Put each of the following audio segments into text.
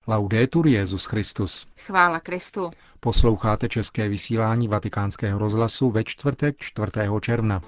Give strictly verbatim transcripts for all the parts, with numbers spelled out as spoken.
Laudetur Jesus Christus. Chvála Kristu. Posloucháte české vysílání Vatikánského rozhlasu ve čtvrtek čtvrtého června.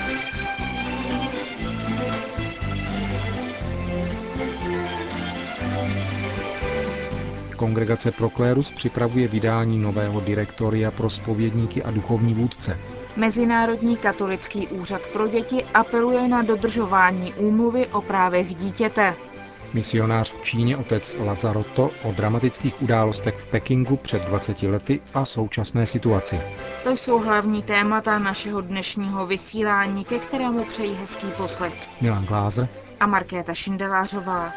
Kongregace Proclérus připravuje vydání nového direktoria pro zpovědníky a duchovní vůdce. Mezinárodní katolický úřad pro děti apeluje na dodržování úmluvy o právech dítěte. Misionář v Číně otec Lazarotto o dramatických událostech v Pekingu před dvaceti lety a současné situaci. To jsou hlavní témata našeho dnešního vysílání, ke kterému přejí hezký poslech Milan Glázer a Markéta Šindelářová.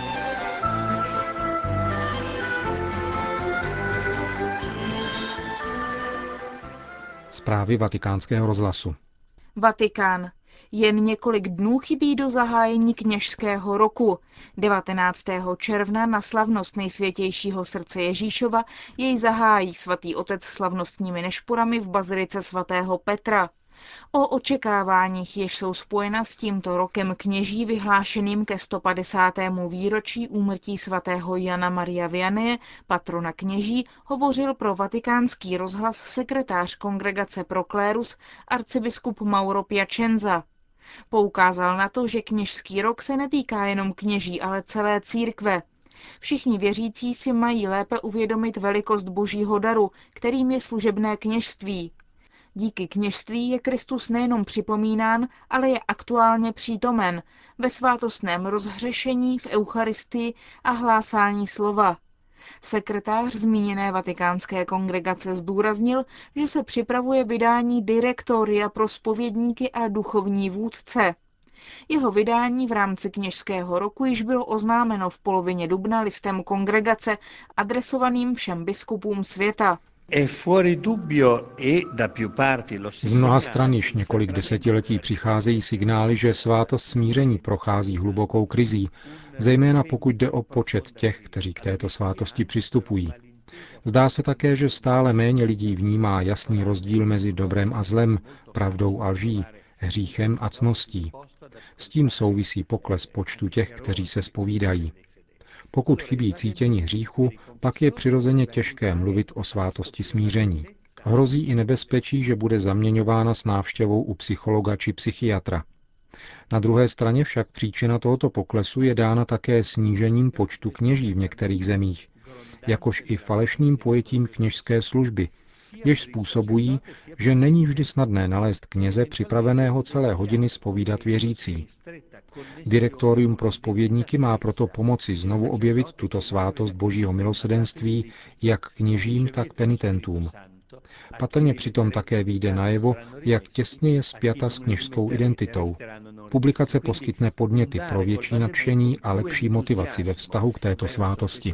Zprávy Vatikánského rozhlasu. Vatikán. Jen několik dnů chybí do zahájení kněžského roku. devatenáctého června na slavnost Nejsvětějšího srdce Ježíšova jej zahájí svatý otec slavnostními nešporami v bazilice svatého Petra. O očekáváních, jež jsou spojena s tímto rokem kněží vyhlášeným ke sto padesátému výročí úmrtí svatého Jana Maria Vianney, patrona kněží, hovořil pro Vatikánský rozhlas sekretář kongregace Proclérus arcibiskup Mauro Piacenza. Poukázal na to, že kněžský rok se netýká jenom kněží, ale celé církve. Všichni věřící si mají lépe uvědomit velikost božího daru, kterým je služebné kněžství. Díky kněžství je Kristus nejenom připomínán, ale je aktuálně přítomen ve svátostném rozhřešení, v eucharistii a hlásání slova. Sekretář zmíněné vatikánské kongregace zdůraznil, že se připravuje vydání direktoria pro zpovědníky a duchovní vůdce. Jeho vydání v rámci kněžského roku již bylo oznámeno v polovině dubna listem kongregace adresovaným všem biskupům světa. Z mnoha stran již několik desetiletí přicházejí signály, že svátost smíření prochází hlubokou krizí, zejména pokud jde o počet těch, kteří k této svátosti přistupují. Zdá se také, že stále méně lidí vnímá jasný rozdíl mezi dobrem a zlem, pravdou a lží, hříchem a ctností. S tím souvisí pokles počtu těch, kteří se zpovídají. Pokud chybí cítění hříchu, pak je přirozeně těžké mluvit o svátosti smíření. Hrozí i nebezpečí, že bude zaměňována s návštěvou u psychologa či psychiatra. Na druhé straně však příčina tohoto poklesu je dána také snížením počtu kněží v některých zemích, jakož i falešným pojetím kněžské služby, jež způsobují, že není vždy snadné nalézt kněze připraveného celé hodiny zpovídat věřící. Direktorium pro zpovědníky má proto pomoci znovu objevit tuto svátost božího milosrdenství jak kněžím, tak penitentům. Patrně přitom také vyjde najevo, jak těsně je spjata s kněžskou identitou. Publikace poskytne podněty pro větší nadšení a lepší motivaci ve vztahu k této svátosti.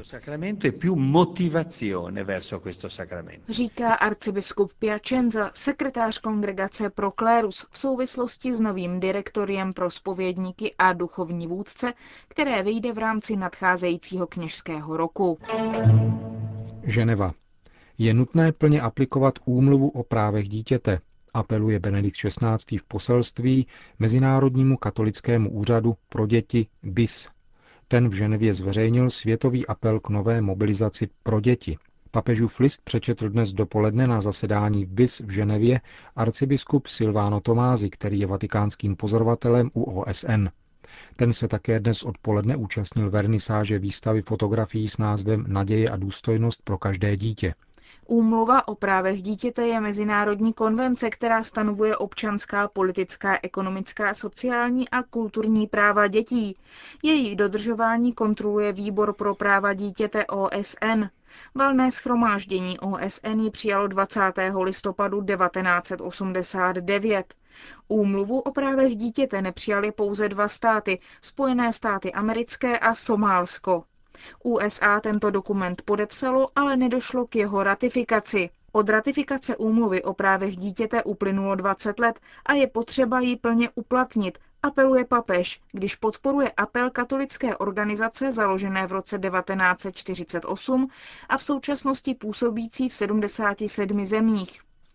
Říká arcibiskup Piacenza, sekretář kongregace Proclérus v souvislosti s novým direktoriem pro zpovědníky a duchovní vůdce, které vyjde v rámci nadcházejícího kněžského roku. Ženeva. Je nutné plně aplikovat úmluvu o právech dítěte, apeluje Benedikt šestnáctý v poselství Mezinárodnímu katolickému úřadu pro děti B I S. Ten v Ženevě zveřejnil světový apel k nové mobilizaci pro děti. Papežův list přečetl dnes dopoledne na zasedání v B I S v Ženevě arcibiskup Silvano Tomázy, který je vatikánským pozorovatelem u O S N. Ten se také dnes odpoledne účastnil vernisáže výstavy fotografií s názvem Naděje a důstojnost pro každé dítě. Úmluva o právech dítěte je mezinárodní konvence, která stanovuje občanská, politická, ekonomická, sociální a kulturní práva dětí. Její dodržování kontroluje Výbor pro práva dítěte O S N. Valné shromáždění O S N ji přijalo dvacátého listopadu devatenáct set osmdesát devět. Úmluvu o právech dítěte nepřijali pouze dva státy, Spojené státy americké a Somálsko. U S A tento dokument podepsalo, ale nedošlo k jeho ratifikaci. Od ratifikace úmluvy o právech dítěte uplynulo dvacet let a je potřeba ji plně uplatnit, apeluje papež, když podporuje apel katolické organizace založené v roce devatenáct set čtyřicet osm a v současnosti působící v sedmdesáti sedmi zemích.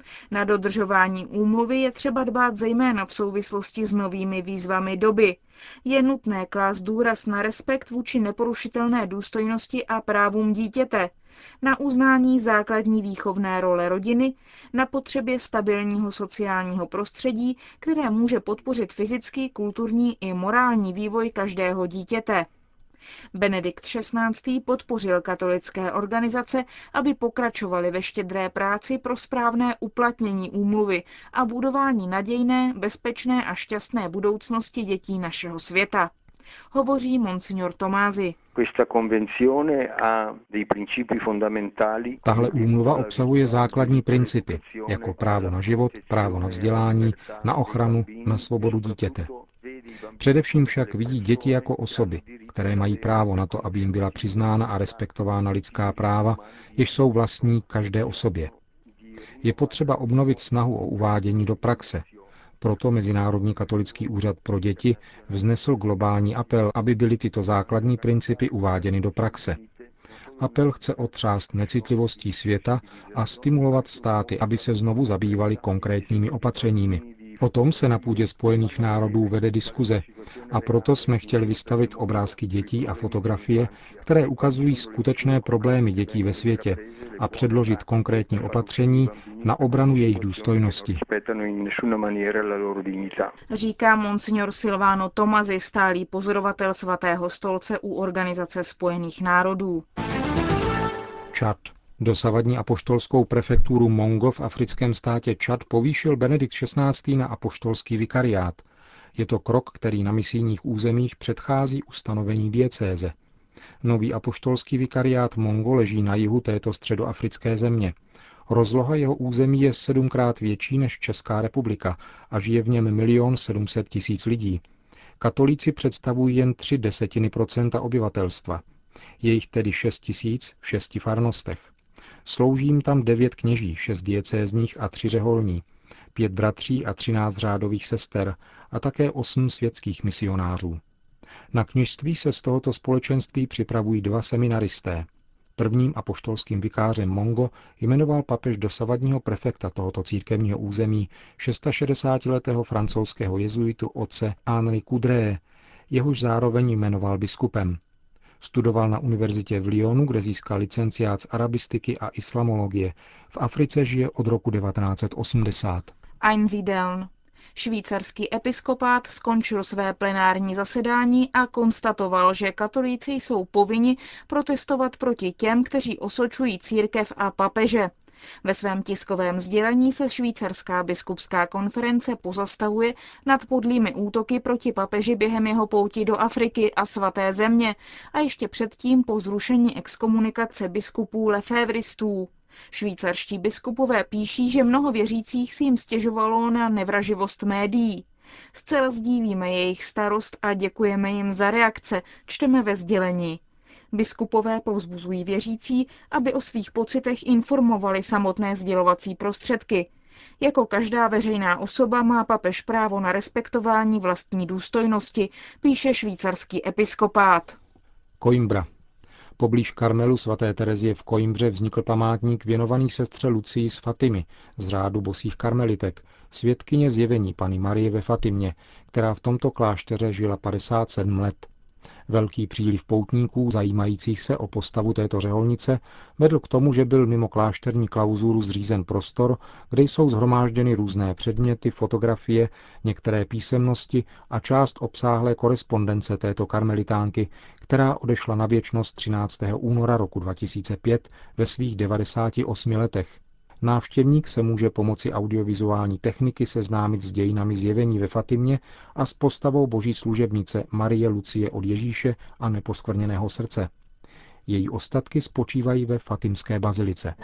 Na dodržování úmluvy je třeba dbát zejména v souvislosti s novými výzvami doby. Je nutné klást důraz na respekt vůči neporušitelné důstojnosti a právům dítěte, na uznání základní výchovné role rodiny, na potřebě stabilního sociálního prostředí, které může podpořit fyzický, kulturní i morální vývoj každého dítěte. Benedikt šestnáctý podpořil katolické organizace, aby pokračovaly ve štědré práci pro správné uplatnění úmluvy a budování nadějné, bezpečné a šťastné budoucnosti dětí našeho světa. Hovoří monsignor Tomázy. Tahle úmluva obsahuje základní principy, jako právo na život, právo na vzdělání, na ochranu, na svobodu dítěte. Především však vidí děti jako osoby, které mají právo na to, aby jim byla přiznána a respektována lidská práva, jež jsou vlastní každé osobě. Je potřeba obnovit snahu o uvádění do praxe. Proto Mezinárodní katolický úřad pro děti vznesl globální apel, aby byly tyto základní principy uváděny do praxe. Apel chce otřást necitlivostí světa a stimulovat státy, aby se znovu zabývaly konkrétními opatřeními. O tom se na půdě Spojených národů vede diskuze a proto jsme chtěli vystavit obrázky dětí a fotografie, které ukazují skutečné problémy dětí ve světě a předložit konkrétní opatření na obranu jejich důstojnosti. Říká monsignor Silvano Tomazy, stálý pozorovatel Svatého stolce u Organizace spojených národů. Čad. Dosavadní apoštolskou prefekturu Mongo v africkém státě Čad povýšil Benedikt šestnáctý na apoštolský vikariát. Je to krok, který na misijních územích předchází ustanovení diecéze. Nový apoštolský vikariát Mongo leží na jihu této středoafrické země. Rozloha jeho území je sedmkrát větší než Česká republika a žije v něm milion sedm set tisíc lidí. Katolíci představují jen tři desetiny procenta obyvatelstva. Je jich tedy šest tisíc v šesti farnostech. Slouží jim tam devět kněží, šest diecézních a tři řeholní, pět bratří a třináct řádových sester a také osm světských misionářů. Na kněžství se z tohoto společenství připravují dva seminaristé. Prvním apoštolským vikářem Mongo jmenoval papež dosavadního prefekta tohoto církevního území šedesátišestiletého francouzského jezuitu otce Henri Coudray, jehož zároveň jmenoval biskupem. Studoval na univerzitě v Lyonu, kde získal licenciát z arabistiky a islamologie. V Africe žije od roku devatenáct set osmdesát. Einsiedeln. Švýcarský episkopát skončil své plenární zasedání a konstatoval, že katolíci jsou povinni protestovat proti těm, kteří osočují církev a papeže. Ve svém tiskovém sdělení se švýcarská biskupská konference pozastavuje nad podlými útoky proti papeži během jeho pouti do Afriky a svaté země a ještě předtím po zrušení exkomunikace biskupů lefévristů. Švýcarští biskupové píší, že mnoho věřících si jim stěžovalo na nevraživost médií. Zcela sdílíme jejich starost a děkujeme jim za reakce, čteme ve sdělení. Biskupové povzbuzují věřící, aby o svých pocitech informovali samotné sdělovací prostředky. Jako každá veřejná osoba má papež právo na respektování vlastní důstojnosti, píše švýcarský episkopát. Coimbra. Poblíž Karmelu svaté Terezie v Coimbře vznikl památník věnovaný sestře Lucii z Fatimy z řádu bosých karmelitek, svědkyně zjevení Panny Marie ve Fatimě, která v tomto klášteře žila padesát sedm let. Velký příliv poutníků, zajímajících se o postavu této řeholnice, vedl k tomu, že byl mimo klášterní klauzuru zřízen prostor, kde jsou shromážděny různé předměty, fotografie, některé písemnosti a část obsáhlé korespondence této karmelitánky, která odešla na věčnost třináctého února roku dva tisíce pět ve svých devadesáti osmi letech. Návštěvník se může pomocí audiovizuální techniky seznámit s dějinami zjevení ve Fatimě a s postavou boží služebnice Marie Lucie od Ježíše a neposkvrněného srdce. Její ostatky spočívají ve Fatimské bazilice.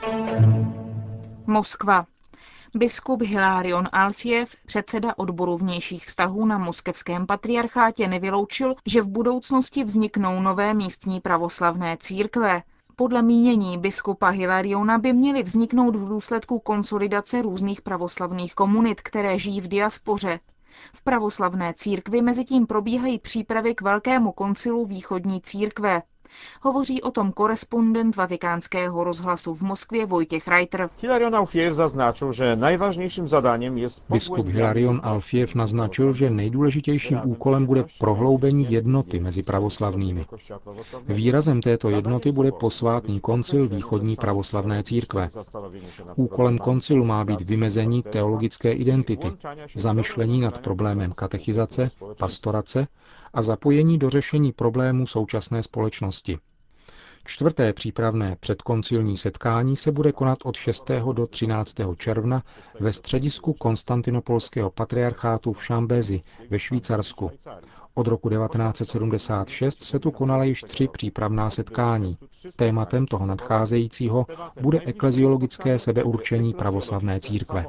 Moskva. Biskup Hilarion Alfiev, předseda odboru vnějších vztahů na moskevském patriarchátě, nevyloučil, že v budoucnosti vzniknou nové místní pravoslavné církve. Podle mínění biskupa Hilariona by měly vzniknout v důsledku konsolidace různých pravoslavných komunit, které žijí v diaspoře. V pravoslavné církvi mezitím probíhají přípravy k velkému koncilu východní církve. Hovoří o tom korespondent Vatikánského rozhlasu v Moskvě Vojtěch Reiter. Hilarion Alfiev zaznačil, že nejvážnějším zadáním je Biskup Hilarion Alfiev naznačil, že nejdůležitějším úkolem bude prohloubení jednoty mezi pravoslavnými. Výrazem této jednoty bude posvátný koncil východní pravoslavné církve. Úkolem koncilu má být vymezení teologické identity, zamyšlení nad problémem katechizace, pastorace a zapojení do řešení problémů současné společnosti. Čtvrté přípravné předkoncilní setkání se bude konat od šestého do třináctého června ve středisku konstantinopolského patriarchátu v Chambézi ve Švýcarsku. Od roku devatenáct set sedmdesát šest se tu konala již tři přípravná setkání. Tématem toho nadcházejícího bude ekleziologické sebeurčení pravoslavné církve.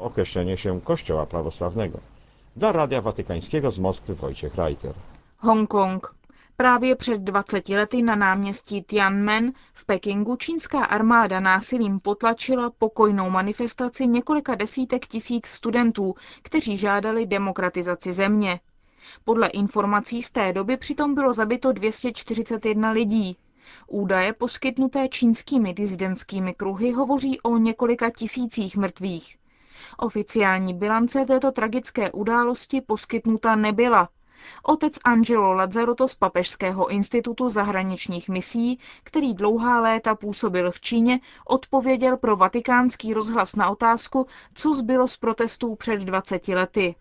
Dla Radia Watykańskiego z Moskwy Wojciech Reiter. Hongkong. Právě před dvaceti lety na náměstí Tiananmen v Pekingu čínská armáda násilím potlačila pokojnou manifestaci několika desítek tisíc studentů, kteří žádali demokratizaci země. Podle informací z té doby přitom bylo zabito dvě stě čtyřicet jedna lidí. Údaje poskytnuté čínskými disidentskými kruhy hovoří o několika tisících mrtvých. Oficiální bilance této tragické události poskytnuta nebyla. Otec Angelo Lazzarotto z Papežského institutu zahraničních misí, který dlouhá léta působil v Číně, odpověděl pro Vatikánský rozhlas na otázku, co zbylo z protestů před dvaceti lety.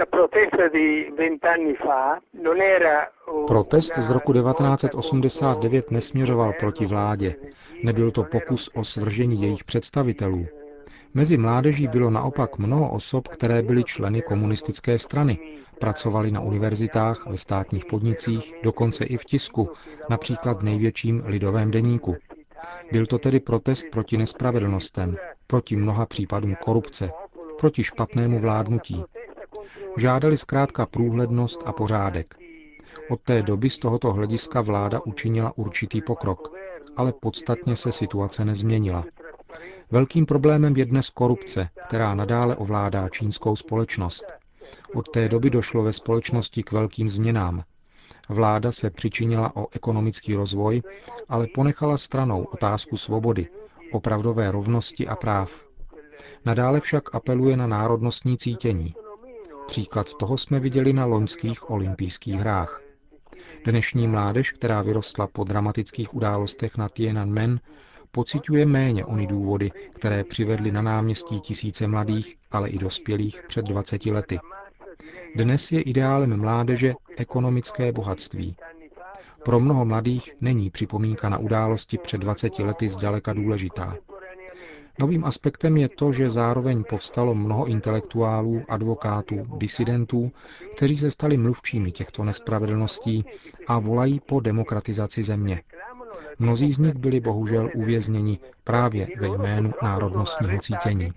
Protest z roku devatenáct set osmdesát devět nesměřoval proti vládě. Nebyl to pokus o svržení jejich představitelů. Mezi mládeží bylo naopak mnoho osob, které byly členy komunistické strany. Pracovali na univerzitách, ve státních podnicích, dokonce i v tisku, například v největším Lidovém deníku. Byl to tedy protest proti nespravedlnostem, proti mnoha případům korupce, proti špatnému vládnutí. Žádali zkrátka průhlednost a pořádek. Od té doby z tohoto hlediska vláda učinila určitý pokrok, ale podstatně se situace nezměnila. Velkým problémem je dnes korupce, která nadále ovládá čínskou společnost. Od té doby došlo ve společnosti k velkým změnám. Vláda se přičinila o ekonomický rozvoj, ale ponechala stranou otázku svobody, opravdové rovnosti a práv. Nadále však apeluje na národnostní cítění. Příklad toho jsme viděli na loňských olympijských hrách. Dnešní mládež, která vyrostla po dramatických událostech na Tiananmen, pociťuje méně ony důvody, které přivedly na náměstí tisíce mladých, ale i dospělých před dvaceti lety. Dnes je ideálem mládeže ekonomické bohatství. Pro mnoho mladých není připomínka na události před dvaceti lety zdaleka důležitá. Novým aspektem je to, že zároveň povstalo mnoho intelektuálů, advokátů, disidentů, kteří se stali mluvčími těchto nespravedlností a volají po demokratizaci země. Mnozí z nich byli bohužel uvězněni právě ve jménu národnostního cítění.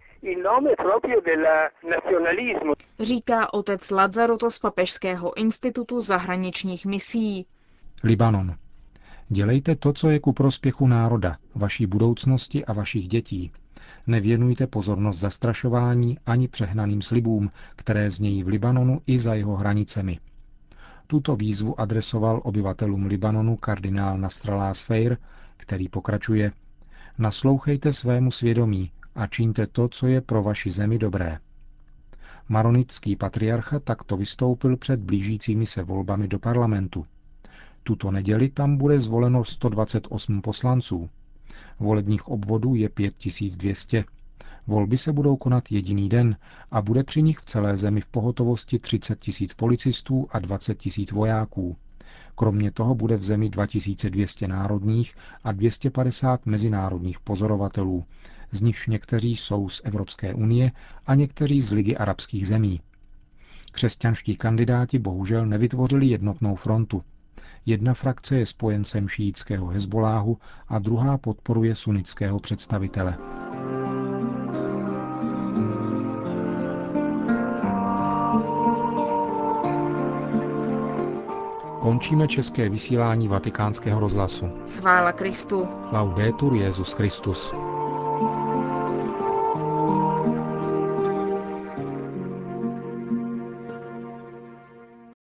Říká otec Lazzarotto z Papežského institutu zahraničních misí. Libanon. Dělejte to, co je ku prospěchu národa, vaší budoucnosti a vašich dětí. Nevěnujte pozornost zastrašování ani přehnaným slibům, které znějí v Libanonu i za jeho hranicemi. Tuto výzvu adresoval obyvatelům Libanonu kardinál Nasrallah Sfeir, který pokračuje: Naslouchejte svému svědomí a čiňte to, co je pro vaši zemi dobré. Maronitský patriarcha takto vystoupil před blížícími se volbami do parlamentu. Tuto neděli tam bude zvoleno sto dvacet osm poslanců. Volebních obvodů je pět tisíc dvě stě. Volby se budou konat jediný den a bude při nich v celé zemi v pohotovosti třicet tisíc policistů a dvacet tisíc vojáků. Kromě toho bude v zemi dva tisíce dvě stě národních a dvě stě padesát mezinárodních pozorovatelů, z nichž někteří jsou z Evropské unie a někteří z Ligy arabských zemí. Křesťanští kandidáti bohužel nevytvořili jednotnou frontu. Jedna frakce je spojencem šíitského Hezboláhu a druhá podporuje sunnického představitele. Končíme české vysílání Vatikánského rozhlasu. Chvála Kristu. Laudetur Jesus Christus.